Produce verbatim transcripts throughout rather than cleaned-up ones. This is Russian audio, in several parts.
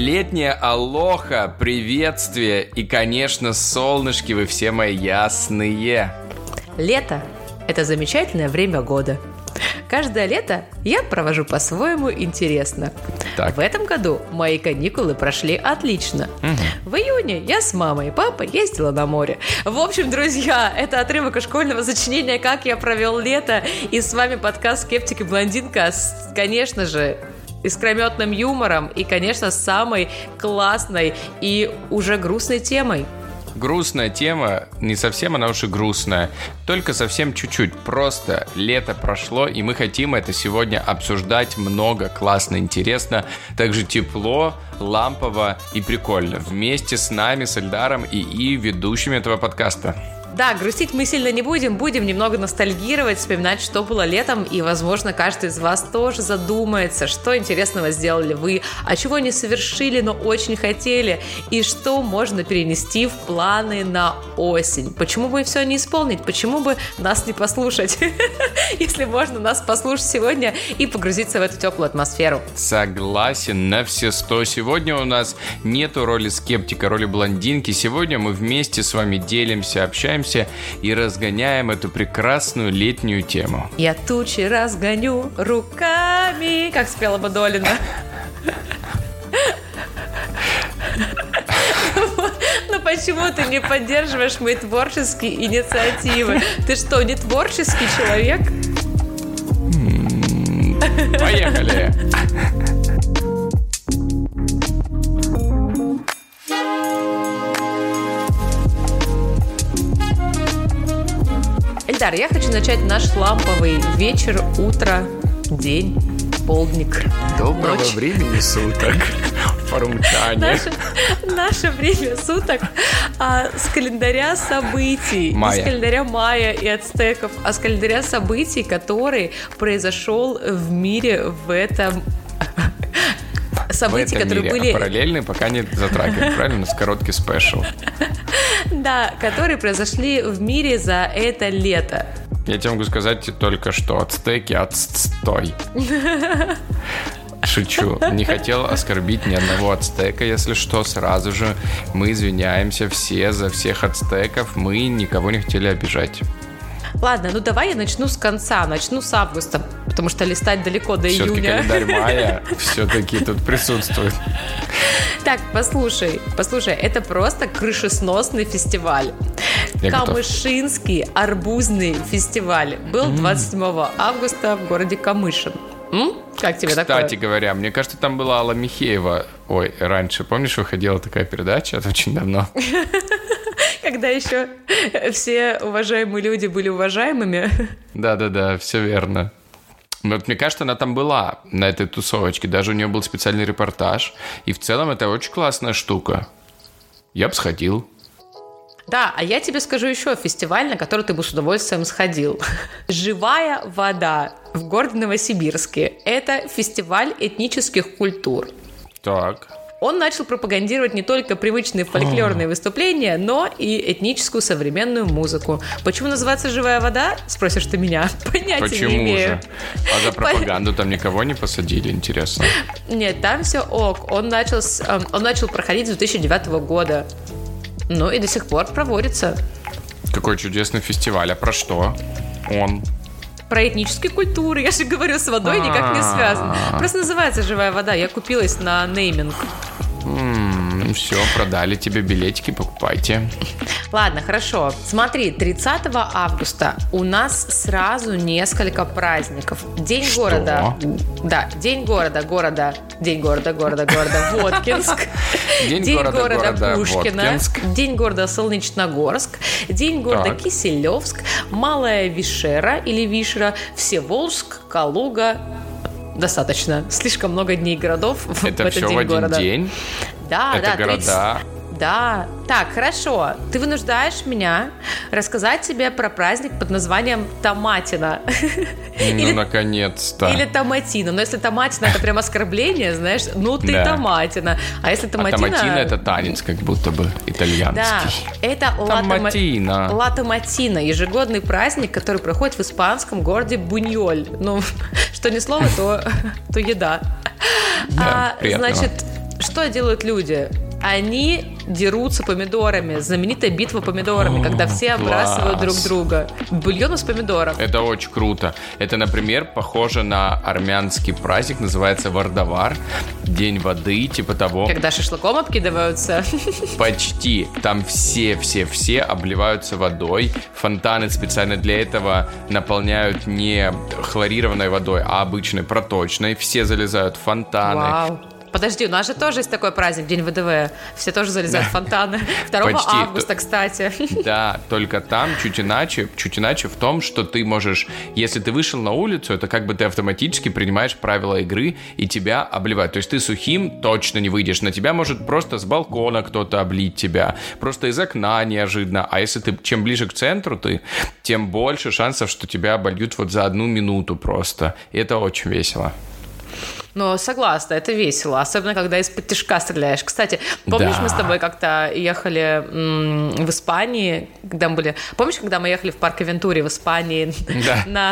Летняя алоха, приветствие и, конечно, солнышки, вы все мои ясные. Лето – это замечательное время года. Каждое лето я провожу по-своему интересно. Так. В этом году мои каникулы прошли отлично. Угу. В июне я с мамой и папой ездила на море. В общем, друзья, это отрывок из школьного сочинения «Как я провел лето». И с вами подкаст «Скептик и блондинка» с, конечно же, искрометным юмором и, конечно, с самой классной и уже грустной темой. Грустная тема, не совсем она уж и грустная, только совсем чуть-чуть. Просто лето прошло, и мы хотим это сегодня обсуждать много, классно, интересно, также тепло, лампово и прикольно. Вместе с нами, с Эльдаром и И, ведущими этого подкаста. Да, грустить мы сильно не будем, будем немного ностальгировать, вспоминать, что было летом, и, возможно, каждый из вас тоже задумается, что интересного сделали вы, а чего не совершили, но очень хотели, и что можно перенести в планы на осень. Почему бы все не исполнить, почему бы нас не послушать, если можно нас послушать сегодня и погрузиться в эту теплую атмосферу. Согласен на все сто. Сегодня у нас нету роли скептика, роли блондинки. Сегодня мы вместе с вами делимся, общаемся и разгоняем эту прекрасную летнюю тему. Я тучи разгоню руками, как спела бы Долина. Ну почему ты не поддерживаешь мои творческие инициативы? Ты что, не творческий человек? Поехали! Эльдар, я хочу начать наш ламповый вечер, утро, день, полдник, Доброго ночь. времени суток, фармчане. Наше, наше время суток а, с календаря событий, Майя. Не с календаря майя и ацтеков, а с календаря событий, который произошел в мире в этом... События, в этом которые мире. были... А параллельные пока не затрагиваем, правильно? У нас короткий спешл. Да, которые произошли в мире за это лето. Я тебе могу сказать только что ацтеки отстой. Шучу. Не хотел оскорбить ни одного ацтека, если что. Сразу же мы извиняемся все за всех ацтеков. Мы никого не хотели обижать. Ладно, ну давай я начну с конца, начну с августа, потому что листать далеко до все-таки июня. Все-таки календарь мая все-таки тут присутствует. Так, послушай, послушай, это просто крышесносный фестиваль. Я Камышинский готов. Арбузный фестиваль был mm. двадцать седьмого августа в городе Камышин. М? Как тебе Кстати такое? Кстати говоря, мне кажется, там была Алла Михеева. Ой, раньше, помнишь, выходила такая передача? Это очень давно. Когда еще все уважаемые люди были уважаемыми. Да-да-да, все верно. Но вот мне кажется, она там была, на этой тусовочке. Даже у нее был специальный репортаж. И в целом это очень классная штука. Я бы сходил. Да, а я тебе скажу еще фестиваль, на который ты бы с удовольствием сходил. «Живая вода» в городе Новосибирске. Это фестиваль этнических культур. Так. Он начал пропагандировать не только привычные фольклорные выступления, но и этническую современную музыку. Почему называется «Живая вода»? Спросишь ты меня. Понятия Почему не имею. же? А за пропаганду там никого не посадили, интересно? Нет, там все ок. Он начал, с, э, он начал проходить с две тысячи девятого года. Ну и до сих пор проводится. Какой чудесный фестиваль. А про что он? Про этнические культуры. Я же говорю, с водой никак не связано. Просто называется «Живая вода». Я купилась на нейминг. М-м, все, продали тебе билетики, покупайте. Ладно, хорошо. Смотри, тридцатого августа у нас сразу несколько праздников. День Что? города. Да, День города, города. День города, города, города Воткинск. День, День города, города, города Пушкина. Воткинск. День города Солнечногорск. День города Так. Киселевск. Малая Вишера или Вишера. Всеволжск, Калуга. Достаточно. Слишком много дней городов в Это этот все день в один города. день? Да, Это да. города. Да. Так, хорошо. Ты вынуждаешь меня рассказать тебе про праздник под названием Томатина. Ну, Или- наконец-то. Или томатина. Но если томатина, это прям оскорбление, знаешь, ну ты Да. томатина. А если А томатина... томатина это танец, как будто бы итальянский. Да, это Томатина. Ла Томатина, ежегодный праздник, который проходит в испанском городе Буньоль. Ну, что ни слово, то, то еда. Да, а, приятного. значит, что делают люди? Они дерутся помидорами. Знаменитая битва помидорами, О, когда все обрасывают класс. друг друга. Бульон из помидоров. Это очень круто. Это, например, похоже на армянский праздник, называется Вардавар. День воды, типа того. Когда шашлыком обкидываются. Почти. Там все-все-все обливаются водой. Фонтаны специально для этого наполняют не хлорированной водой, а обычной проточной. Все залезают в фонтаны. Вау. Подожди, у нас же тоже есть такой праздник, День ВДВ. Все тоже залезают в фонтаны. второго августа, кстати. Да, только там чуть иначе. Чуть иначе в том, что ты можешь... Если ты вышел на улицу, это как бы ты автоматически принимаешь правила игры, и тебя обливают. То есть ты сухим точно не выйдешь. На тебя может просто с балкона кто-то облить тебя. Просто из окна неожиданно. А если ты чем ближе к центру ты, тем больше шансов, что тебя обольют вот за одну минуту просто. И это очень весело. Ну, согласна, это весело, особенно когда из-под тишка стреляешь. Кстати, помнишь, да. мы с тобой как-то ехали м- в Испании, когда мы были... Помнишь, когда мы ехали в парк Авентуре в Испании да. на...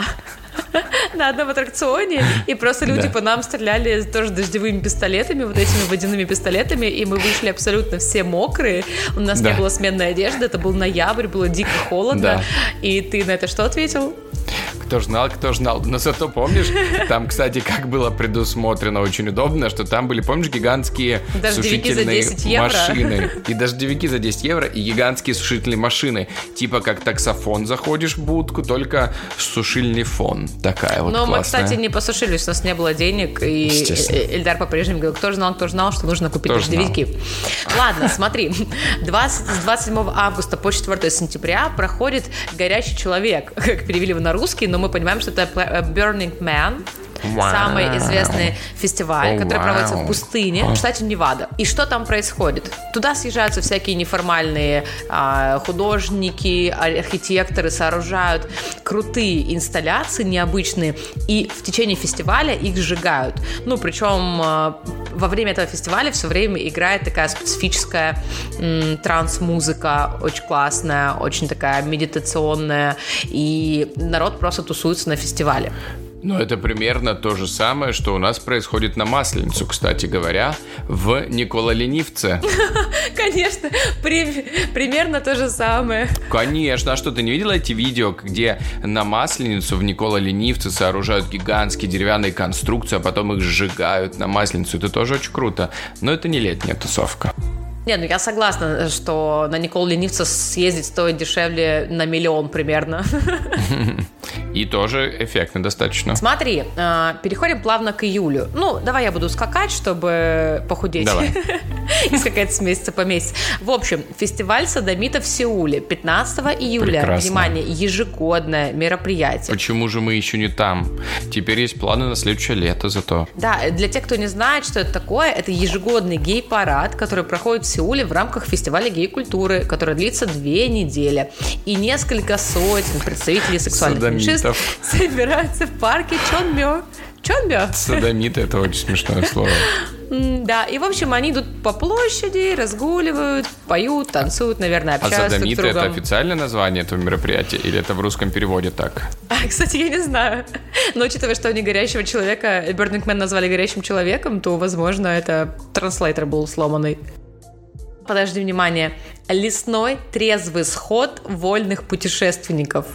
на одном аттракционе, и просто люди да. по нам стреляли тоже дождевыми пистолетами, вот этими водяными пистолетами, и мы вышли абсолютно все мокрые, у нас да. не было сменной одежды, это был ноябрь, было дико холодно, да. и ты на это что ответил? Кто ж знал, кто ж знал. Но зато помнишь, там, кстати, как было предусмотрено очень удобно, что там были, помнишь, гигантские дождевики сушительные за десять евро. Машины. И дождевики за десять евро, и гигантские сушительные машины. Типа как таксофон заходишь в будку, только сушильный фон. Такая вот Но классная. мы, кстати, не посушились, у нас не было денег, и Эльдар по-прежнему говорил, кто же знал, кто же знал, что нужно купить кто дождевики. Знал. Ладно, смотри, двадцать, с двадцать седьмого августа по четвёртого сентября проходит «Горящий человек», как перевели его на русский, но мы понимаем, что это Burning Man. Wow. Самый известный фестиваль, oh, который wow. проводится в пустыне, в штате Невада. И что там происходит? Туда съезжаются всякие неформальные а, художники, архитекторы, сооружают крутые инсталляции необычные, и в течение фестиваля их сжигают. Ну, причем а, во время этого фестиваля все время играет такая специфическая м, транс-музыка, очень классная, очень такая медитационная, и народ просто тусуется на фестивале. Ну, это примерно то же самое, что у нас происходит на Масленицу, кстати говоря, в Никола-Ленивце. Конечно, при, примерно то же самое. Конечно, а что, ты не видела эти видео, где на Масленицу в Никола-Ленивце сооружают гигантские деревянные конструкции, а потом их сжигают на Масленицу? Это тоже очень круто, но это не летняя тусовка. Не, ну я согласна, что на Никола-Ленивца съездить стоит дешевле на миллион примерно. И тоже эффектно достаточно. Смотри, переходим плавно к июлю. Ну, давай я буду скакать, чтобы похудеть. Давай. И скакать с месяца по месяц. В общем, фестиваль содомита в Сеуле пятнадцатого июля. Прекрасно. Внимание, ежегодное мероприятие. Почему же мы еще не там? Теперь есть планы на следующее лето зато. Да, для тех, кто не знает, что это такое, это ежегодный гей-парад, который проходит в Сеуле в рамках фестиваля гей-культуры, который длится две недели. И несколько сотен представителей сексуальных меньшинств собираются в парке Чонмё. Чонмё? Содомиты — это очень смешное слово. Да, и в общем они идут по площади, разгуливают, поют, танцуют, наверное, общаются а друг с другом. А содомиты — это официальное название этого мероприятия или это в русском переводе так? А, кстати, я не знаю. Но учитывая, что они горящего человека, Burning Man назвали горящим человеком, то, возможно, это транслейтер был сломанный. Подожди, внимание. Лесной трезвый сход вольных путешественников.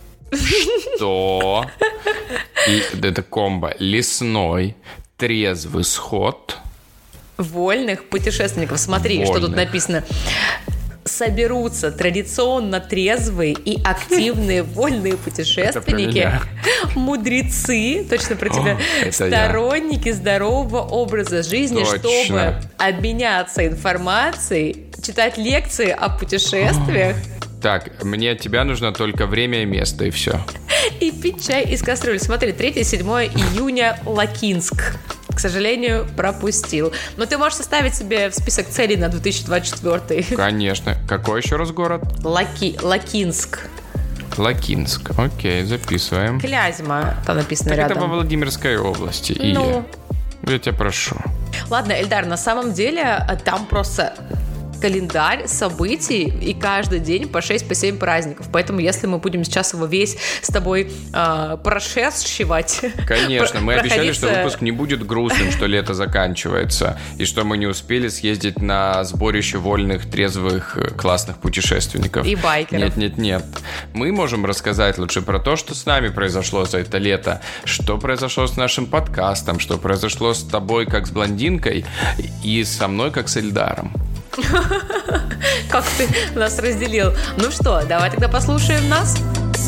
Что? И это комбо. Лесной трезвый сход вольных путешественников. Смотри, Вольных. Что тут написано. Соберутся традиционно трезвые и активные вольные путешественники, мудрецы, точно про тебя, О, сторонники я. здорового образа жизни, точно. Чтобы обменяться информацией, читать лекции о путешествиях. Так, мне от тебя нужно только время и место, и все. И пить чай из кастрюли. Смотри, третьего-седьмого июня Лакинск. К сожалению, пропустил. Но ты можешь составить себе в список целей на две тысячи двадцать четвёртый. Конечно. Какой еще раз город? Лаки... Лакинск. Лакинск. Окей, записываем. Клязьма, там написано так рядом. Это во Владимирской области. Ну. Или... Я тебя прошу. Ладно, Эльдар, на самом деле там просто... календарь событий, и каждый день по шесть-семь праздников. Поэтому если мы будем сейчас его весь с тобой э, прошествовать... Конечно, мы обещали, что выпуск не будет грустным, что лето заканчивается, и что мы не успели съездить на сборище вольных, трезвых, классных путешественников. И байкеров. Нет, нет, нет. Мы можем рассказать лучше про то, что с нами произошло за это лето, что произошло с нашим подкастом, что произошло с тобой как с блондинкой и со мной как с Эльдаром. Как ты нас разделил. Ну что, давай тогда послушаем нас.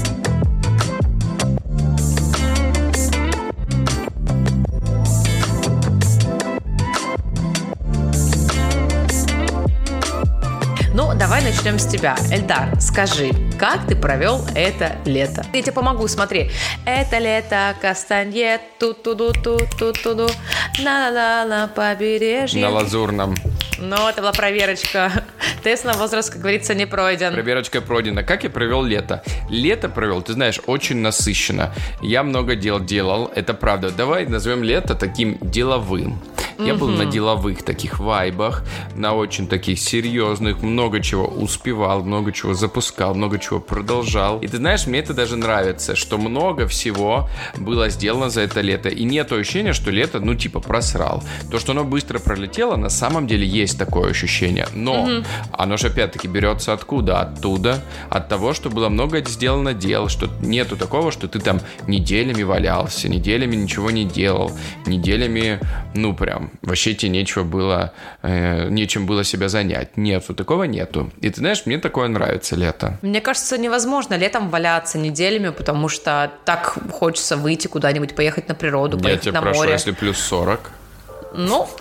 Ну, давай начнем с тебя. Эльдар, скажи, как ты провел это лето? Я тебе помогу, смотри. Это лето, Кастаньет, ту-ту-ду-ту-ту-ту-ду, на-на-на, побережье. На Лазурном. Ну, это была проверочка. Тест на возраст, как говорится, не пройден. Проверочка пройдена. Как я провел лето? Лето провел, ты знаешь, очень насыщенно. Я много дел делал, это правда. Давай назовем лето таким деловым. Я был на деловых таких вайбах, на очень таких серьезных, много чего успевал, много чего запускал, много чего продолжал. И ты знаешь, мне это даже нравится, что много всего было сделано за это лето. И нет ощущения, что лето, ну, типа, просрал. То, что оно быстро пролетело, на самом деле есть такое ощущение. Но mm-hmm. оно же опять-таки берется откуда? Оттуда. От того, что было много сделано дел, что нету такого, что ты там неделями валялся, неделями ничего не делал, неделями, ну, прям вообще тебе нечего было, э, нечем было себя занять. Нету, такого нету. И ты знаешь, мне такое нравится лето. Мне кажется, невозможно летом валяться неделями, потому что так хочется выйти куда-нибудь, поехать на природу, Я поехать тебя на прошу, море. Если плюс сорок. Ну,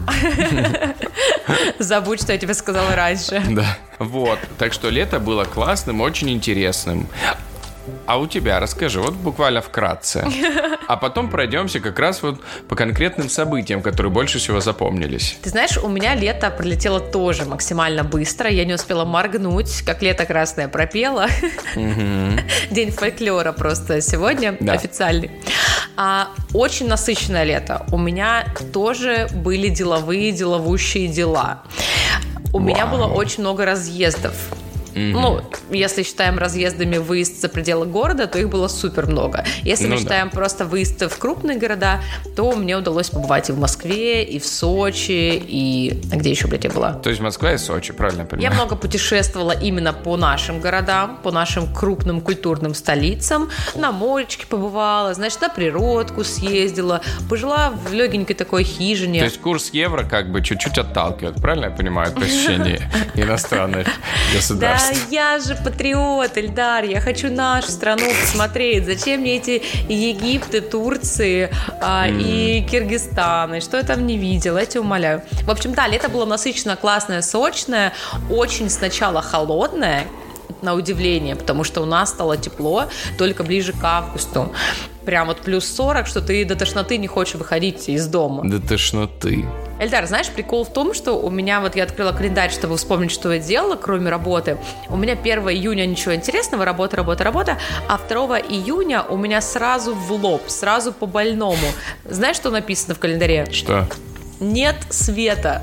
забудь, что я тебе сказала раньше. Да, вот. Так что лето было классным, очень интересным. А у тебя, расскажи, вот буквально вкратце. А потом пройдемся как раз вот по конкретным событиям, которые больше всего запомнились. Ты знаешь, у меня лето пролетело тоже максимально быстро. Я не успела моргнуть, как лето красное пропело. Угу. День фольклора просто сегодня, да. Официальный. А, очень насыщенное лето. У меня тоже были деловые, деловущие дела. У Вау. меня было очень много разъездов. Mm-hmm. Ну, если считаем разъездами выезд за пределы города, то их было супер много. Если ну, мы считаем да. просто выезд в крупные города, то мне удалось побывать и в Москве, и в Сочи, и... А где еще, блядь, я была? То есть Москва и Сочи, правильно я понимаю? Я много путешествовала именно по нашим городам, по нашим крупным культурным столицам. На моречке побывала, значит, на природку съездила, пожила в легенькой такой хижине. То есть курс евро как бы чуть-чуть отталкивает, правильно я понимаю, от посещения иностранных государств? Да я же патриот, Эльдар, я хочу нашу страну посмотреть. Зачем мне эти Египты, Турции а, mm. и Киргизстаны? Что я там не видела? Я тебя умоляю. В общем, да, лето было насыщенно, классное, сочное. Очень сначала холодное, на удивление, потому что у нас стало тепло только ближе к августу. Прям вот плюс сорок, что ты до тошноты не хочешь выходить из дома. До тошноты. Эльдар, знаешь, прикол в том, что у меня, вот я открыла календарь, чтобы вспомнить, что я делала, кроме работы. У меня первого июня ничего интересного, работа, работа, работа, а второго июня у меня сразу в лоб, сразу по больному. Знаешь, что написано в календаре? Что? Нет света.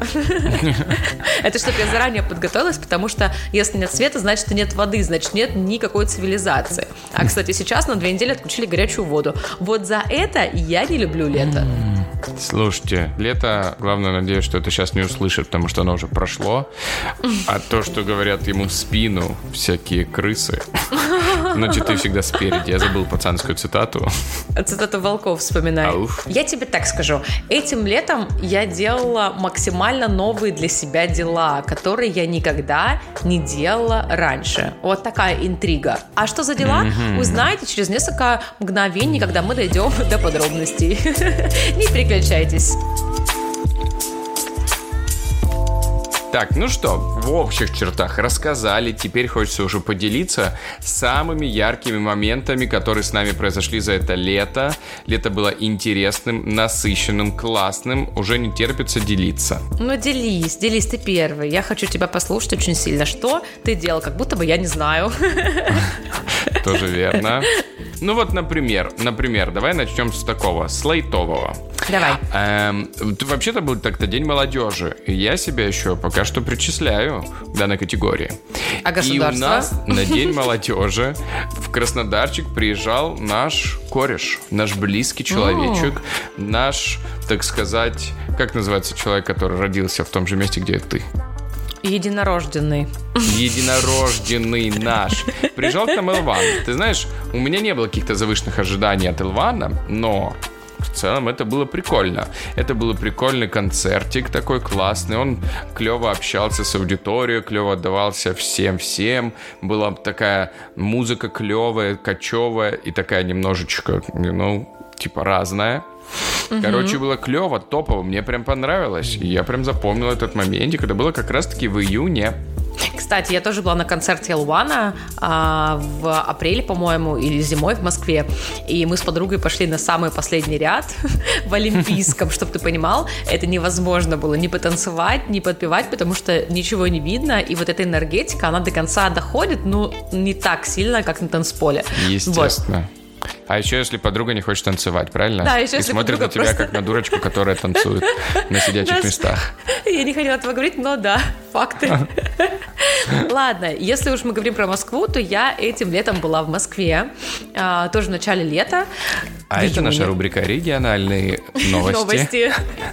Это чтобы я заранее подготовилась, потому что если нет света, значит нет воды, значит нет никакой цивилизации. А, кстати, сейчас на две недели отключили горячую воду. Вот за это я не люблю лето. Слушайте, лето, главное, надеюсь, что это сейчас не услышит, потому что оно уже прошло. А то, что говорят ему в спину всякие крысы, значит, ты всегда спереди. Я забыл пацанскую цитату. Цитату волков вспоминаю. Ауф. Я тебе так скажу. Этим летом я делала максимально новые для себя дела, которые я никогда не делала раньше. Вот такая интрига. А что за дела, mm-hmm. узнаете через несколько мгновений, когда мы дойдем до подробностей. Не переключайтесь. Так, ну что, в общих чертах рассказали, теперь хочется уже поделиться самыми яркими моментами, которые с нами произошли за это лето. Лето было интересным, насыщенным, классным, уже не терпится делиться. Ну делись, делись, ты первый, я хочу тебя послушать очень сильно. Что ты делал, как будто бы я не знаю. Тоже верно. Ну вот, например, например, давай начнем с такого, с лайтового. Давай. Эм, вообще-то был так-то День молодежи. И я себя еще пока что причисляю к данной категории. А государство? И у нас на День молодежи в Краснодарчик приезжал наш кореш, наш близкий человечек, наш, так сказать, как называется человек, который родился в том же месте, где и ты? Единорожденный. Единорожденный наш. Приезжал к нам Элван. Ты знаешь, у меня не было каких-то завышенных ожиданий от Элвана, но в целом это было прикольно. Это был прикольный концертик такой классный. Он клево общался с аудиторией, клево отдавался всем-всем. Была такая музыка клевая, кочевая и такая немножечко, ну, типа разная. Короче, было клево, топово, мне прям понравилось. И я прям запомнил этот моментик. Это было как раз-таки в июне. Кстати, я тоже была на концерте Элвана а, в апреле, по-моему, или зимой в Москве. И мы с подругой пошли на самый последний ряд в Олимпийском, чтобы ты понимал. Это невозможно было ни потанцевать, ни подпевать, потому что ничего не видно. И вот эта энергетика, она до конца доходит, ну, не так сильно, как на танцполе. Естественно. Вот. А еще, если подруга не хочет танцевать, правильно? Да, еще и если смотрит на тебя, просто... как на дурочку, которая танцует на сидячих местах. Я не хотела этого говорить, но да, факты. Ладно, если уж мы говорим про Москву, то я этим летом была в Москве, тоже в начале лета. А это наша рубрика «Региональные новости».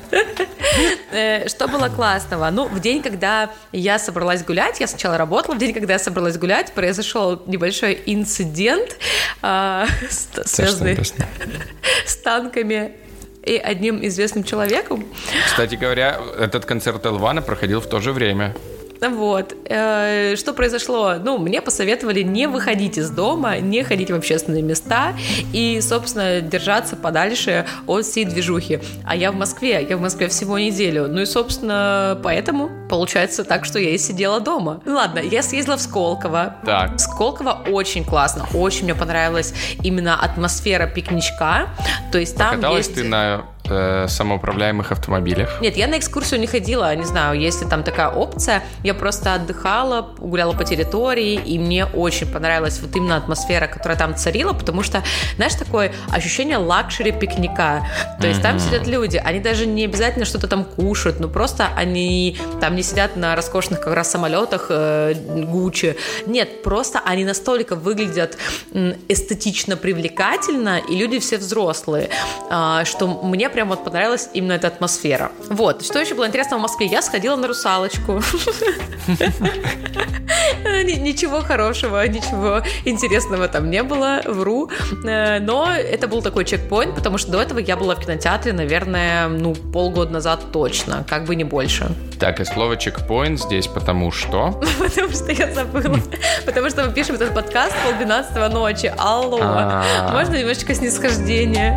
Новости. Что было классного? Ну, в день, когда я собралась гулять, я сначала работала, в день, когда я собралась гулять, произошел небольшой инцидент, связанный с танками и одним известным человеком. Кстати говоря, этот концерт Элвана проходил в то же время. Вот. Что произошло? Ну, мне посоветовали не выходить из дома, не ходить в общественные места и, собственно, держаться подальше от всей движухи. А я в Москве, я в Москве всего неделю. Ну и, собственно, поэтому получается так, что я и сидела дома. Ну ладно, я съездила в Сколково. Так. Сколково очень классно, очень мне понравилась именно атмосфера пикничка. То есть там Покаталась есть... ты на э, самоуправляемых автомобилях? Нет, я на экскурсию не ходила, не знаю, есть ли там такая опция. Я просто отдыхала, гуляла по территории, и мне очень понравилась вот именно атмосфера, которая там царила, потому что, знаешь, такое ощущение лакшери-пикника. То есть mm-hmm. там сидят люди, они даже не обязательно что-то там кушают, но просто они там не сидят на роскошных как раз самолетах э, Гуччи. Нет, просто они настолько выглядят эстетично привлекательно, и люди все взрослые, э, что мне прям вот понравилась именно эта атмосфера. Вот, что еще было интересного в Москве? Я сходила на «Русалочку». Ничего хорошего, ничего интересного там не было, вру. Но это был такой чекпоинт, потому что до этого я была в кинотеатре, наверное, ну, полгода назад точно, как бы не больше. Так, и слово чекпоинт здесь потому что? Потому что я забыла. Потому что мы пишем этот подкаст полдвенадцатого ночи. Алло, можно немножечко снисхождения?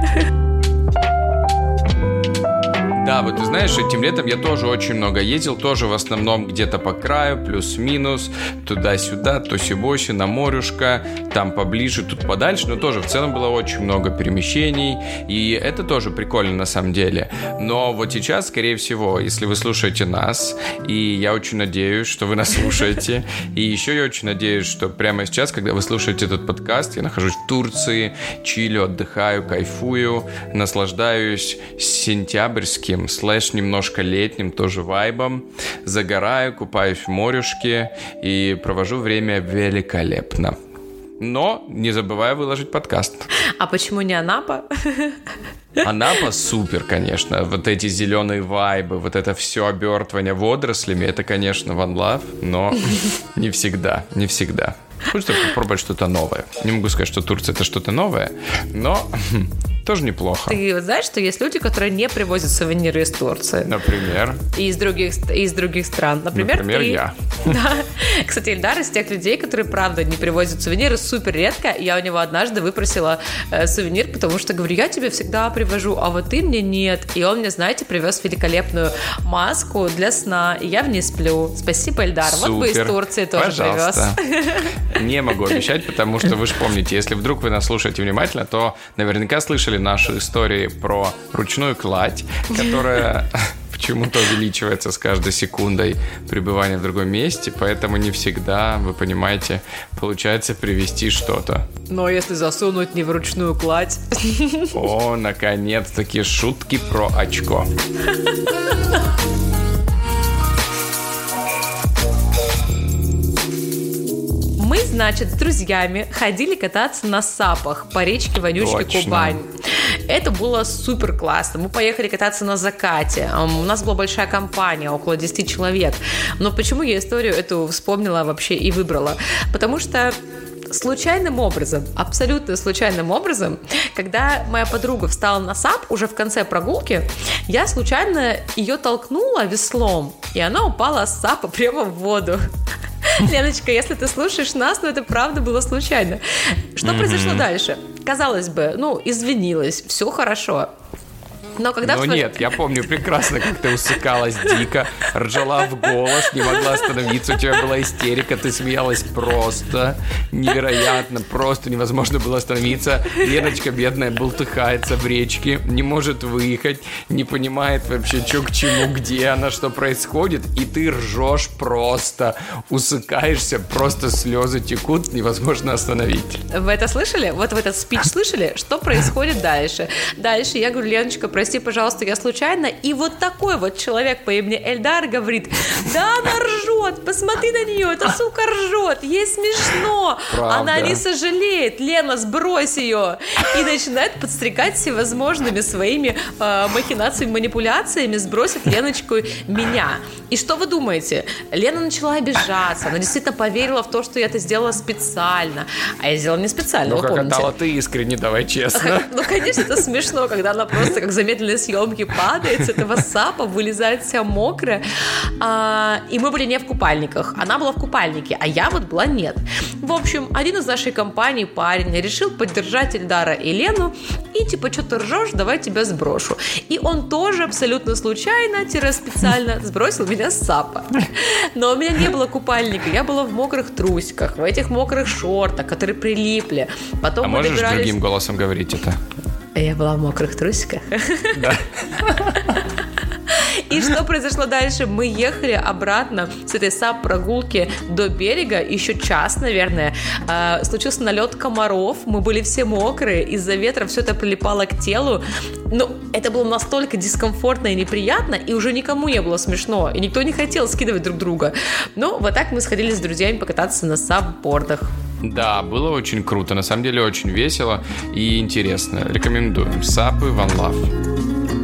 Да, вот ты знаешь, этим летом я тоже очень много ездил, тоже в основном где-то по краю, плюс-минус, туда-сюда, то сибоси, на морюшко, там поближе, тут подальше, но тоже в целом было очень много перемещений, и это тоже прикольно на самом деле. Но вот сейчас, скорее всего, если вы слушаете нас, и я очень надеюсь, что вы нас слушаете, и еще я очень надеюсь, что прямо сейчас, когда вы слушаете этот подкаст, я нахожусь в Турции, чилю, отдыхаю, кайфую, наслаждаюсь сентябрьским слэш немножко летним тоже вайбом, загораю, купаюсь в морюшке и провожу время великолепно. Но не забываю выложить подкаст. А почему не Анапа? Анапа супер, конечно. Вот эти зеленые вайбы, вот это все обертывание водорослями, это, конечно, one love, но не всегда, не всегда. Хочется попробовать что-то новое. Не могу сказать, что Турция это что-то новое, но тоже неплохо. Ты знаешь, что есть люди, которые не привозят сувениры из Турции? Например? И из других, из других стран. Например, Например ты... я. Да. Кстати, Эльдар из тех людей, которые, правда, не привозят сувениры супер редко. Я у него однажды выпросила э, сувенир, потому что, говорю, я тебе всегда привожу, а вот ты мне нет. И он мне, знаете, привез великолепную маску для сна, и я в ней сплю. Спасибо, Эльдар. Супер. Вот бы из Турции тоже Пожалуйста. привез. Не могу обещать, потому что вы же помните, если вдруг вы нас слушаете внимательно, то наверняка слышали наши истории про ручную кладь, которая почему-то увеличивается с каждой секундой пребывания в другом месте, поэтому не всегда, вы понимаете, получается привезти что-то. Но если засунуть не в ручную кладь... О, наконец-таки шутки про очко. Мы, значит, с друзьями ходили кататься на сапах по речке вонючки Точно. Кубань. Это было супер классно. Мы поехали кататься на закате. У нас была большая компания, около десять человек. Но почему я историю эту вспомнила вообще и выбрала? Потому что случайным образом, абсолютно случайным образом, когда моя подруга встала на сап уже в конце прогулки, я случайно ее толкнула веслом, и она упала с сапа прямо в воду. Леночка, если ты слушаешь нас, ну это правда было случайно. Что mm-hmm. произошло дальше? Казалось бы, ну, извинилась, все хорошо. Но когда... Но в... нет, я помню прекрасно, как ты усыкалась дико, ржала в голос, не могла остановиться, у тебя была истерика, ты смеялась просто невероятно, просто невозможно было остановиться. Леночка бедная бултыхается в речке, не может выехать, не понимает вообще, что к чему, где она, что происходит, и ты ржешь просто, усыкаешься, просто слезы текут, невозможно остановить. Вы это слышали? Вот вы этот спич слышали? Что происходит дальше? Дальше я говорю: Леночка, прости, пожалуйста, я случайно. И вот такой вот человек по имени Эльдар говорит: да, она ржет, посмотри на нее, эта сука ржет, ей смешно. Правда. Она не сожалеет, Лена, сбрось ее. И начинает подстрекать всевозможными своими э, махинациями, манипуляциями сбросить Леночку меня. И что вы думаете? Лена начала обижаться, она действительно поверила в то, что я это сделала специально. А я сделала не специально, ну, вы помните. Ну, как ты искренне, давай честно. Ну, конечно, это смешно, когда она просто как в замедленной съемке падает с этого сапа, вылезает вся мокрая. А, и мы были не в купальниках. Она была в купальнике, а я вот была нет. В общем, один из нашей компании парень решил поддержать Эльдара и Лену и типа: что ты ржешь, давай тебя сброшу. И он тоже абсолютно случайно, специально сбросил меня с сапа. Но у меня не было купальника, я была в мокрых трусиках, в этих мокрых шортах, которые прилипли. Потом а мы можешь добирались... другим голосом говорить это? Я была в мокрых трусиках. Да. И что произошло дальше? Мы ехали обратно с этой сап-прогулки до берега, еще час, наверное. А, случился налет комаров, мы были все мокрые, из-за ветра все это прилипало к телу. Ну, это было настолько дискомфортно и неприятно, и уже никому не было смешно, и никто не хотел скидывать друг друга. Ну, вот так мы сходили с друзьями покататься на сап-бордах. Да, было очень круто, на самом деле очень весело и интересно. Рекомендуем. Сапы One Love.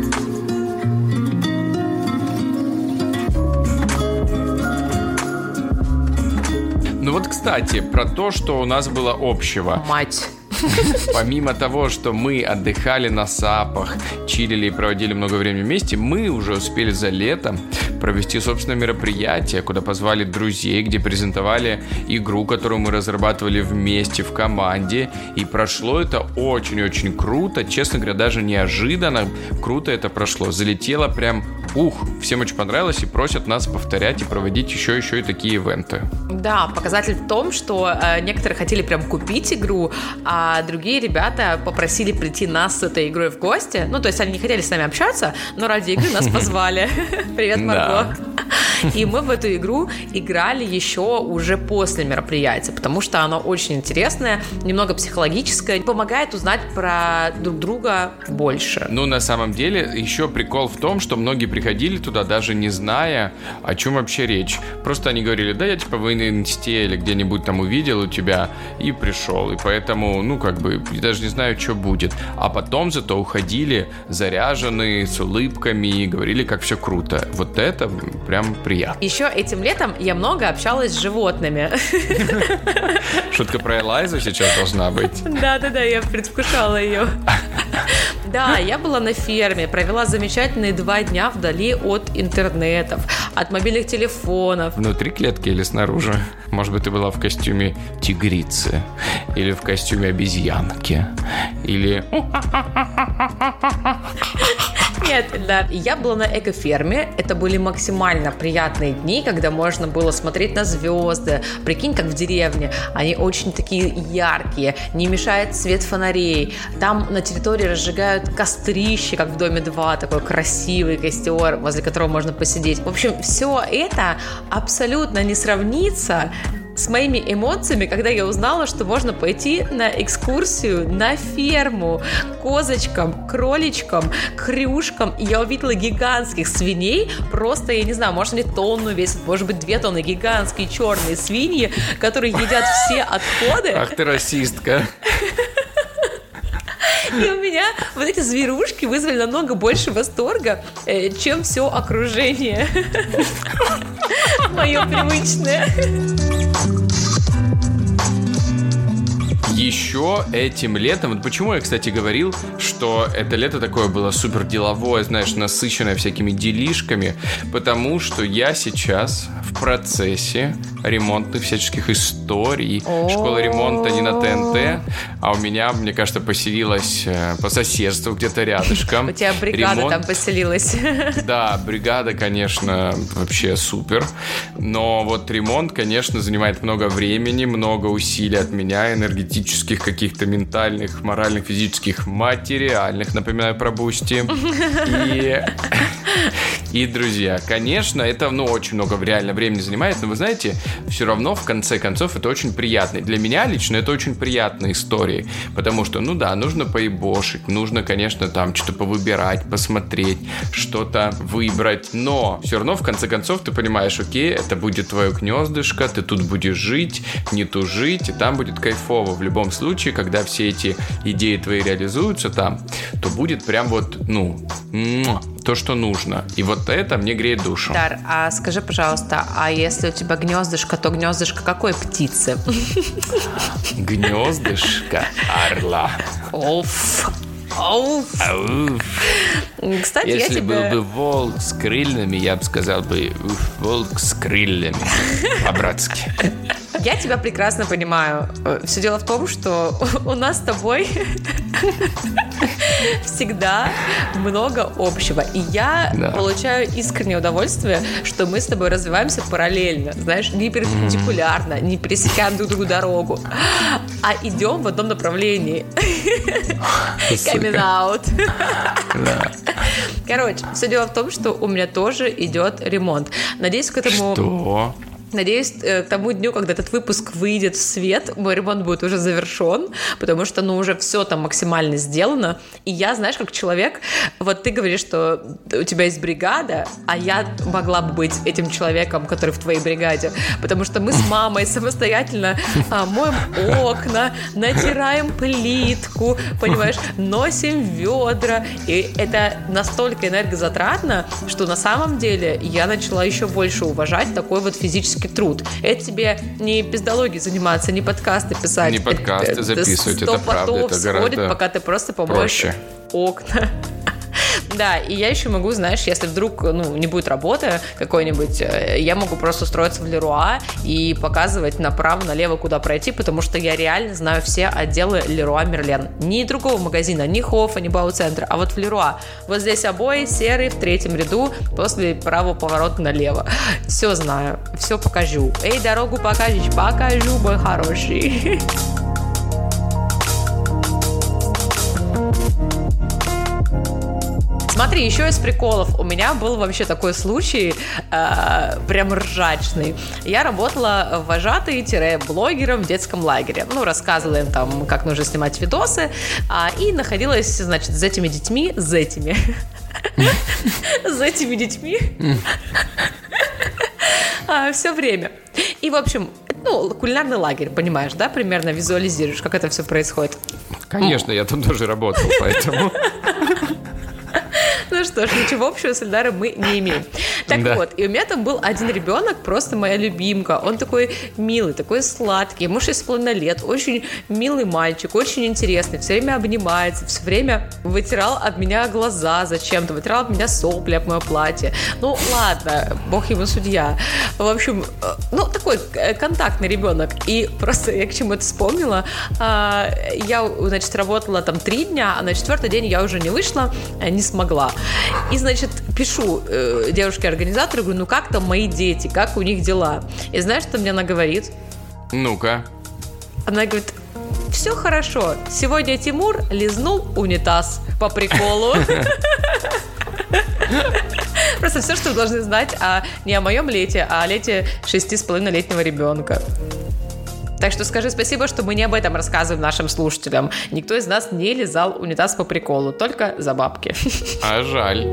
Ну вот, кстати, про то, что у нас было общего. Мать. Помимо того, что мы отдыхали на сапах, чилили и проводили много времени вместе, мы уже успели за лето провести собственное мероприятие, куда позвали друзей, где презентовали игру, которую мы разрабатывали вместе в команде. И прошло это очень-очень круто. Честно говоря, даже неожиданно круто это прошло. Залетело прям ух, всем очень понравилось и просят нас повторять и проводить еще, еще и такие ивенты. Да, показатель в том, что э, некоторые хотели прям купить игру, а другие ребята попросили прийти нас с этой игрой в гости. Ну, то есть они не хотели с нами общаться, но ради игры нас позвали. Привет, Марго. И мы в эту игру играли еще уже после мероприятия, потому что оно очень интересное, немного психологическое, помогает узнать про друг друга больше. Ну, на самом деле, еще прикол в том, что многие приходили туда, даже не зная, о чем вообще речь. Просто они говорили: да, я типа в инсте или где-нибудь там увидел у тебя и пришел. И поэтому, ну, как бы, даже не знаю, что будет. А потом зато уходили заряженные, с улыбками и говорили, как все круто. Вот это прям приятно. Еще этим летом я много общалась с животными. Шутка про Элайзу сейчас должна быть. Да-да-да, я предвкушала ее. Да, я была на ферме, провела замечательные два дня вдали от интернетов, от мобильных телефонов. Внутри клетки или снаружи? Может быть, ты была в костюме тигрицы, или в костюме обезьянки, или... Нет, да. Я была на экоферме. Это были максимально приятные дни, когда можно было смотреть на звезды. Прикинь, как в деревне. Они очень такие яркие, не мешает свет фонарей. Там на территории разжигают кострище, как в Доме два, такой красивый костер, возле которого можно посидеть. В общем, все это абсолютно не сравнится с моими эмоциями, когда я узнала, что можно пойти на экскурсию на ферму к козочкам, кроличкам, хрюшкам. И я увидела гигантских свиней, просто, я не знаю, может, они тонну весят, может быть, две тонны, гигантские черные свиньи, которые едят все отходы. Ах ты расистка. И у меня вот эти зверушки вызвали намного больше восторга, чем все окружение мое привычное. Еще этим летом, вот почему я, кстати, говорил, что это лето такое было супер деловое, знаешь, насыщенное всякими делишками, потому что я сейчас в процессе ремонтных всяческих историй. Школа ремонта не на ТНТ, а у меня, мне кажется, поселилась по соседству где-то рядышком. У тебя бригада там поселилась. Да, бригада, конечно, вообще супер, но вот ремонт, конечно, занимает много времени, много усилий от меня, энергетических, каких-то ментальных, моральных, физических, материальных, напоминаю про Бусти. И, и, друзья, конечно, это, ну, очень много реально времени занимает, но вы знаете, все равно, в конце концов, это очень приятно. Для меня лично это очень приятная история, потому что, ну да, нужно поебошить, нужно, конечно, там что-то повыбирать, посмотреть, что-то выбрать, но все равно, в конце концов, ты понимаешь, окей, это будет твое гнездышко, ты тут будешь жить, не тужить, и там будет кайфово. В любом случае, когда все эти идеи твои реализуются там, то будет прям вот, ну, то, что нужно. И вот это мне греет душу. Дар, а скажи, пожалуйста, а если у тебя гнездышко, то гнездышко какой птицы? Гнездышко орла. Оф. Ауф. Ауф. Кстати, если я тебе... был бы волк с крыльями, я бы сказал бы волк с крыльями. По-братски. Я тебя прекрасно понимаю. Все дело в том, что у нас с тобой всегда много общего. И я да. получаю искреннее удовольствие, что мы с тобой развиваемся параллельно. Знаешь, не перпендикулярно, не пересекаем друг другу дорогу, а идем в одном направлении. Coming out. Да. Короче, все дело в том, что у меня тоже идет ремонт. Надеюсь, к этому... Что? Надеюсь, к тому дню, когда этот выпуск выйдет в свет, мой ремонт будет уже завершен, потому что, ну, уже все там максимально сделано. И я, знаешь, как человек, вот ты говоришь, что у тебя есть бригада, а я могла бы быть этим человеком, который в твоей бригаде, потому что мы с мамой самостоятельно а, моем окна, натираем плитку, понимаешь, носим ведра, и это настолько энергозатратно, что на самом деле я начала еще больше уважать такой вот физический труд. Это тебе не пиздологией заниматься, не подкасты писать. Не подкасты это, записывать, это, это правда. Это гораздо пока ты просто помоешь проще. Окна. Да, и я еще могу, знаешь, если вдруг, ну, не будет работы какой-нибудь, я могу просто устроиться в Леруа и показывать направо-налево, куда пройти, потому что я реально знаю все отделы Леруа Мерлен. Ни другого магазина, ни Хоффа, ни Бау-центра, а вот в Леруа. Вот здесь обои серые в третьем ряду после правого поворота налево. Все знаю, все покажу. Эй, дорогу покажешь, покажу, мой хороший. Смотри, еще из приколов. У меня был вообще такой случай, э, прям ржачный. Я работала вожатой-блогером в детском лагере. Ну, рассказывала им там, как нужно снимать видосы. А, и находилась, значит, с этими детьми, с этими, с этими детьми все время. И, в общем, ну, кулинарный лагерь, понимаешь, да? Примерно визуализируешь, как это все происходит. Конечно, я там тоже работал, поэтому... Ну что ж, ничего общего с Эльдаром мы не имеем. Так да. вот, и у меня там был один ребенок, просто моя любимка. Он такой милый, такой сладкий, ему шесть с половиной лет, очень милый мальчик, очень интересный, все время обнимается, все время вытирал об меня глаза зачем-то, вытирал об меня сопли, об мое платье. Ну ладно, бог ему судья. В общем, ну такой контактный ребенок. И просто я к чему это вспомнила. Я, значит, работала там три дня, а на четвертый день я уже не вышла, не смогла. И, значит, пишу э, девушке-организатору, говорю, ну как там мои дети, как у них дела? И знаешь, что мне она говорит? Ну-ка. Она говорит, все хорошо, сегодня Тимур лизнул унитаз по приколу. Просто все, что вы должны знать о, не о моем лете, а о лете шести с половиной летнего ребенка. Так что скажи спасибо, что мы не об этом рассказываем нашим слушателям. Никто из нас не лизал унитаз по приколу, только за бабки. А жаль.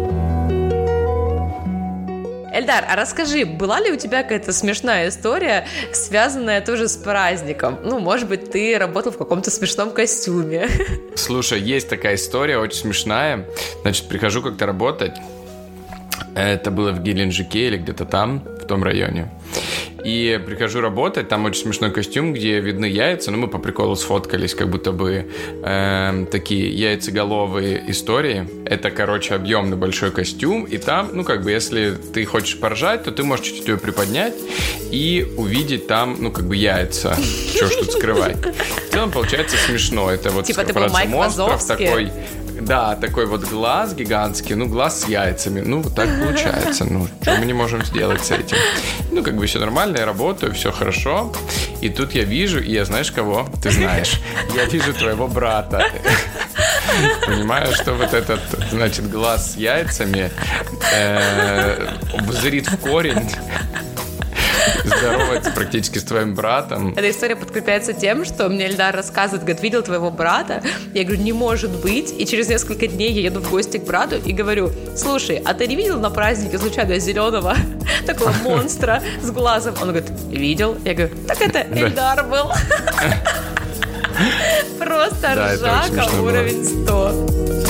Эльдар, а расскажи, была ли у тебя какая-то смешная история, связанная тоже с праздником? Ну, может быть, ты работал в каком-то смешном костюме. Слушай, есть такая история, очень смешная. Значит, прихожу как-то работать. Это было в Геленджике или где-то там, в том районе. И прихожу работать, там очень смешной костюм, где видны яйца, ну мы по приколу сфоткались, как будто бы э, такие яйцеголовые истории. Это, короче, объемный большой костюм, и там, ну как бы, если ты хочешь поржать, то ты можешь чуть-чуть его приподнять и увидеть там, ну как бы, яйца. Что ж тут скрывать? В целом получается смешно. Это вот типа ты был Майк монстров, Вазовский. такой... Да, такой вот глаз гигантский, ну, глаз с яйцами. Ну, вот так получается. Ну, что мы не можем сделать с этим? Ну, как бы все нормально, я работаю, все хорошо. И тут я вижу, и я знаешь кого? Ты знаешь. Я вижу твоего брата. Понимаю, что вот этот, значит, глаз с яйцами э, зрит в корень. Здоровается практически с твоим братом. Эта история подкрепляется тем, что мне Эльдар рассказывает, говорит, видел твоего брата? Я говорю, не может быть. И через несколько дней я еду в гости к брату и говорю, слушай, а ты не видел на празднике случайно зеленого такого монстра с глазом? Он говорит, видел. Я говорю, так это Эльдар был. Просто ржака уровень сто.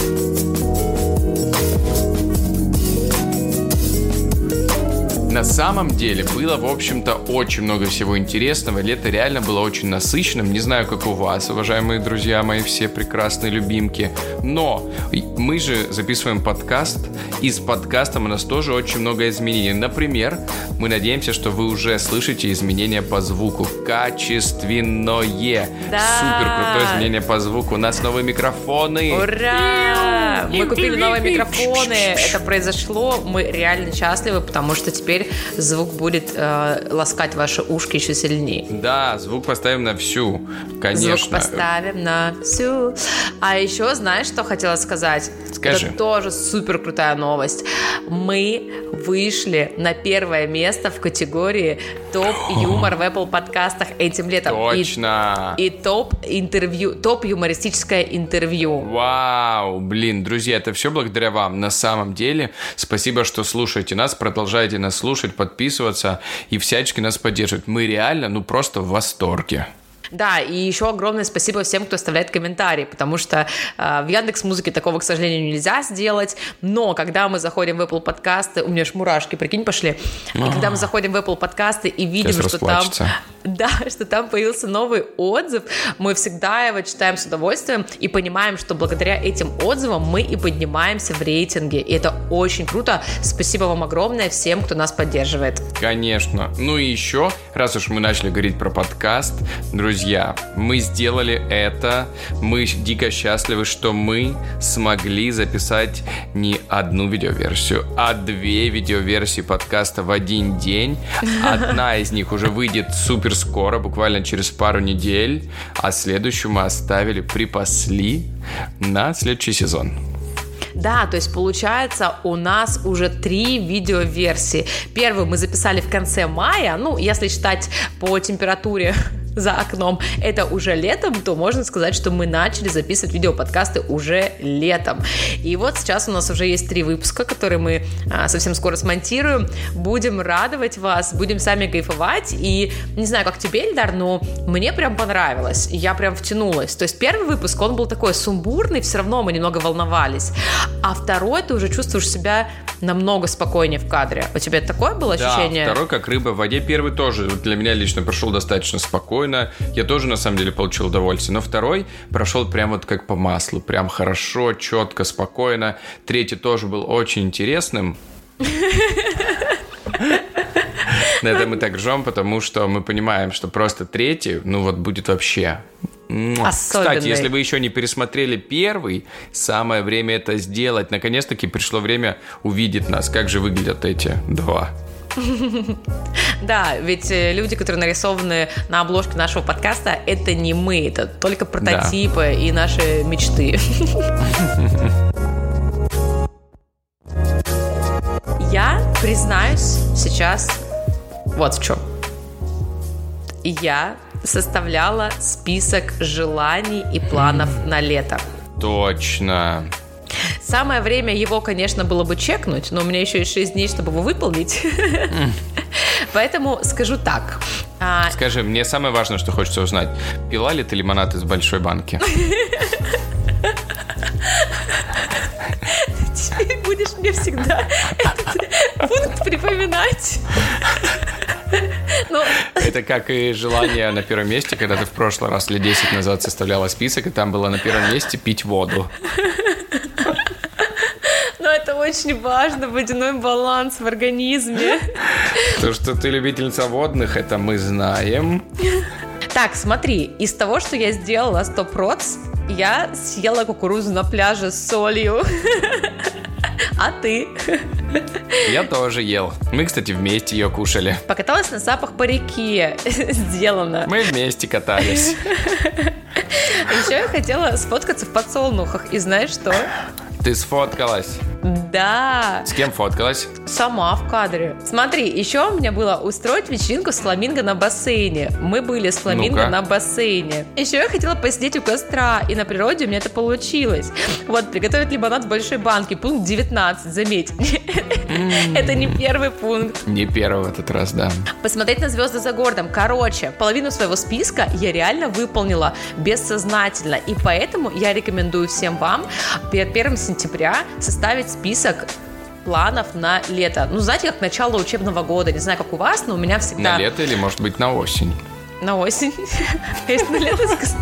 На самом деле было, в общем-то, очень много всего интересного. Лето реально было очень насыщенным. Не знаю, как у вас, уважаемые друзья мои, все прекрасные любимки. Но мы же записываем подкаст, и с подкастом у нас тоже очень много изменений. Например, мы надеемся, что вы уже слышите изменения по звуку. Качественное. Да. Супер крутое изменение по звуку. У нас новые микрофоны. Ура! Мы купили новые микрофоны. Это произошло. Мы реально счастливы, потому что теперь звук будет э, ласкать ваши ушки еще сильнее. Да, звук поставим на всю, конечно. Звук поставим на всю. А еще, знаешь, что хотела сказать? Скажи. Это тоже супер крутая новость. Мы вышли на первое место в категории топ-юмор в Apple подкастах этим летом. Точно. И, и топ-интервью, топ-юмористическое интервью. Вау, блин, друзья, это все благодаря вам. На самом деле, спасибо, что слушаете нас, продолжаете нас слушать, подписываться и всячески нас поддерживать. Мы реально, ну, просто в восторге. Да, и еще огромное спасибо всем, кто оставляет комментарии, потому что э, в Яндекс.Музыке такого, к сожалению, нельзя сделать, но когда мы заходим в Apple подкасты, у меня аж мурашки, прикинь, пошли, и когда мы заходим в Apple подкасты и видим, Сейчас что там, да, что там появился новый отзыв, мы всегда его читаем с удовольствием и понимаем, что благодаря этим отзывам мы и поднимаемся в рейтинге, и это очень круто. Спасибо вам огромное всем, кто нас поддерживает. Конечно. Ну и еще, раз уж мы начали говорить про подкаст, друзья, Друзья, мы сделали это, мы дико счастливы, что мы смогли записать не одну видеоверсию, а две видеоверсии подкаста в один день. Одна из них уже выйдет супер скоро, буквально через пару недель, а следующую мы оставили, припасли на следующий сезон. Да, то есть получается у нас уже три видеоверсии. Первую мы записали в конце мая, ну, если считать по температуре за окном, это уже летом, то можно сказать, что мы начали записывать видеоподкасты уже летом. И вот сейчас у нас уже есть три выпуска, которые мы а, совсем скоро смонтируем. Будем радовать вас, будем сами кайфовать. И не знаю, как тебе, Эльдар, но мне прям понравилось. Я прям втянулась. То есть первый выпуск, он был такой сумбурный, все равно мы немного волновались. А второй ты уже чувствуешь себя намного спокойнее в кадре. У тебя такое было ощущение? Да, второй как рыба в воде. Первый тоже для меня лично прошел достаточно спокойно. Я тоже, на самом деле, получил удовольствие. Но второй прошел прям вот как по маслу. Прям хорошо, четко, спокойно. Третий тоже был очень интересным. На это мы так ржем, потому что мы понимаем, что просто третий, ну вот будет вообще особенный. Кстати, если вы еще не пересмотрели первый, самое время это сделать. Наконец-таки пришло время увидеть нас. Как же выглядят эти два? Да, ведь люди, которые нарисованы на обложке нашего подкаста, это не мы, это только прототипы да. и наши мечты. Я признаюсь сейчас вот в чем. Я составляла список желаний и планов на лето. Точно. Самое время его, конечно, было бы чекнуть, но у меня еще есть шесть дней, чтобы его выполнить. Поэтому скажу так. Скажи, мне самое важное, что хочется узнать. Пила ли ты лимонад из большой банки? Теперь будешь мне всегда этот пункт припоминать. Но... Это как и желание на первом месте, когда ты в прошлый раз лет десять назад составляла список, и там было на первом месте пить воду. Но это очень важно, водяной баланс в организме. То, что ты любительница водных, это мы знаем. Так, смотри, из того, что я сделала сто процентов, я съела кукурузу на пляже с солью. А ты? Я тоже ел. Мы, кстати, вместе ее кушали. Покаталась на сапах по реке. Сделано. Мы вместе катались. Еще я хотела сфоткаться в подсолнухах. И знаешь что? Ты сфоткалась? Да. С кем фоткалась? Сама в кадре. Смотри, еще у меня было устроить вечеринку с фламинго на бассейне. Мы были с фламинго Ну-ка. на бассейне. Еще я хотела посидеть у костра, и на природе у меня это получилось. Вот, приготовить лимонад в большой банке. Пункт девятнадцать, заметь. Это не первый пункт. Не первый в этот раз, да. Посмотреть на звезды за городом. Короче, половину своего списка я реально выполнила бессознательно. И поэтому я рекомендую всем вам перед первым сентября составить список планов на лето. Ну, знаете, как начало учебного года. Не знаю, как у вас, но у меня всегда... На лето или, может быть, на осень? На осень. Если на лето сказать.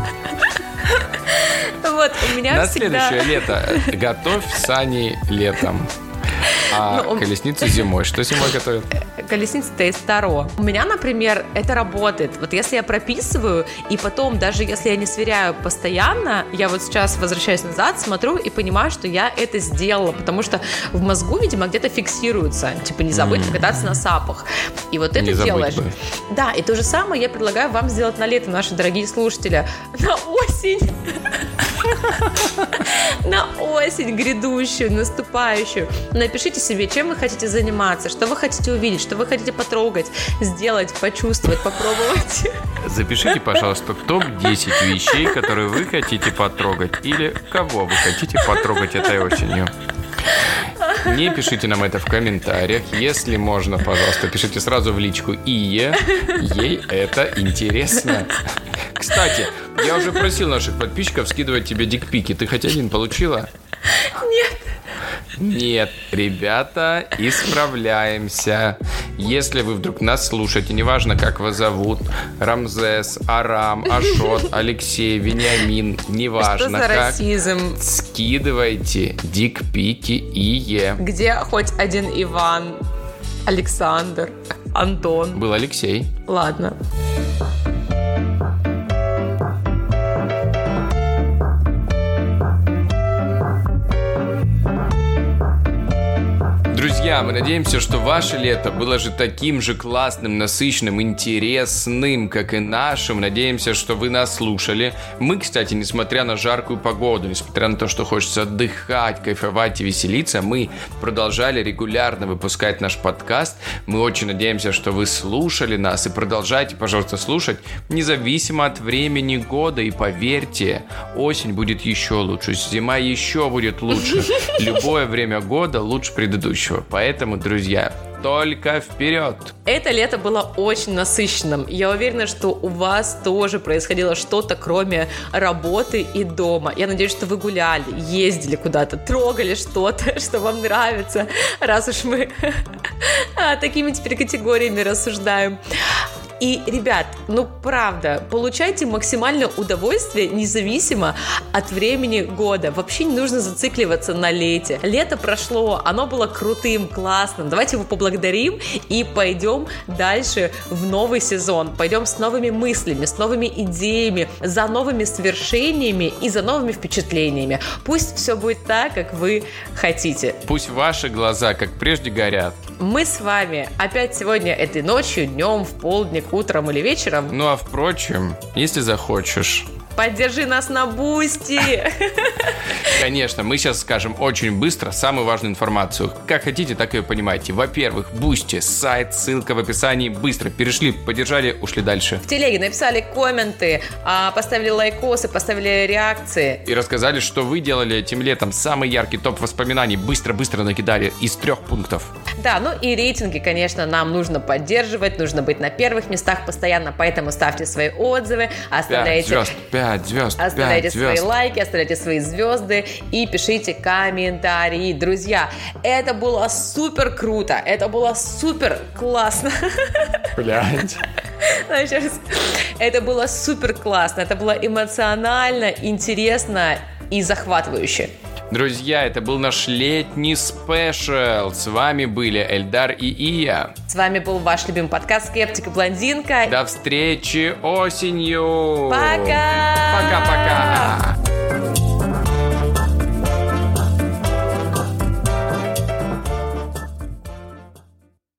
Вот, у меня на всегда... следующее лето готовь сани летом. А ну, колесницу зимой. Что зимой готовят? Колесница-то из Таро. У меня, например, это работает. Вот если я прописываю, и потом, даже если я не сверяю постоянно, я вот сейчас возвращаюсь назад, смотрю и понимаю, что я это сделала, потому что в мозгу, видимо, где-то фиксируется. Типа не забыть mm. покататься на сапах. И вот это не делаешь. Бы. Да, и то же самое я предлагаю вам сделать на лето, наши дорогие слушатели. На осень. На осень грядущую, наступающую. Напишите себе, чем вы хотите заниматься, что вы хотите увидеть, что вы хотите потрогать, сделать, почувствовать, попробовать. Запишите, пожалуйста, топ десять вещей, которые вы хотите потрогать, или кого вы хотите потрогать этой осенью. Не пишите нам это в комментариях. Если можно, пожалуйста, пишите сразу в личку Ие. Ей это интересно. Кстати, я уже просил наших подписчиков скидывать тебе дикпики. Ты хоть один получила? Нет. Нет, ребята, исправляемся. Если вы вдруг нас слушаете, неважно, как вас зовут, Рамзес, Арам, Ашот, Алексей, Вениамин, неважно что за как, расизм? Скидывайте дикпики Ие. Где хоть один Иван, Александр, Антон? Был Алексей. Ладно. Друзья, мы надеемся, что ваше лето было же таким же классным, насыщенным, интересным, как и нашим. Надеемся, что вы нас слушали. Мы, кстати, несмотря на жаркую погоду, несмотря на то, что хочется отдыхать, кайфовать и веселиться, мы продолжали регулярно выпускать наш подкаст. Мы очень надеемся, что вы слушали нас и продолжайте, пожалуйста, слушать, независимо от времени года. И поверьте, осень будет еще лучше, зима еще будет лучше. Любое время года лучше предыдущего. Поэтому, друзья, только вперед! Это лето было очень насыщенным. Я уверена, что у вас тоже происходило что-то, кроме работы и дома. Я надеюсь, что вы гуляли, ездили куда-то, трогали что-то, что вам нравится, раз уж мы такими теперь категориями рассуждаем. И, ребят, ну правда, получайте максимальное удовольствие независимо от времени года. Вообще не нужно зацикливаться на лете. Лето прошло, оно было крутым, классным. Давайте его поблагодарим и пойдем дальше в новый сезон. Пойдем с новыми мыслями, с новыми идеями, за новыми свершениями и за новыми впечатлениями. Пусть все будет так, как вы хотите. Пусть ваши глаза, как прежде, горят. Мы с вами опять сегодня этой ночью, днем, в полдник, утром или вечером. Ну а впрочем, если захочешь... Поддержи нас на Бусти! Конечно, мы сейчас скажем очень быстро самую важную информацию. Как хотите, так и понимаете. Во-первых, Бусти, сайт, ссылка в описании. Быстро перешли, поддержали, ушли дальше. В телеге написали комменты, поставили лайкосы, поставили реакции. И рассказали, что вы делали этим летом. Самый яркий топ воспоминаний. Быстро-быстро накидали из трех пунктов. Да, ну и рейтинги, конечно, нам нужно поддерживать. Нужно быть на первых местах постоянно. Поэтому ставьте свои отзывы, оставляйте... Пять звезд, пять звезд, Оставляйте пять свои звезд. лайки, оставляйте свои звезды и пишите комментарии. Друзья, это было супер круто, это было супер классно. Блядь. Это было супер классно, это было эмоционально, интересно и захватывающе. Друзья, это был наш летний спешл. С вами были Эльдар и Ия. С вами был ваш любимый подкаст «Скептик и блондинка». До встречи осенью. Пока! Пока-пока.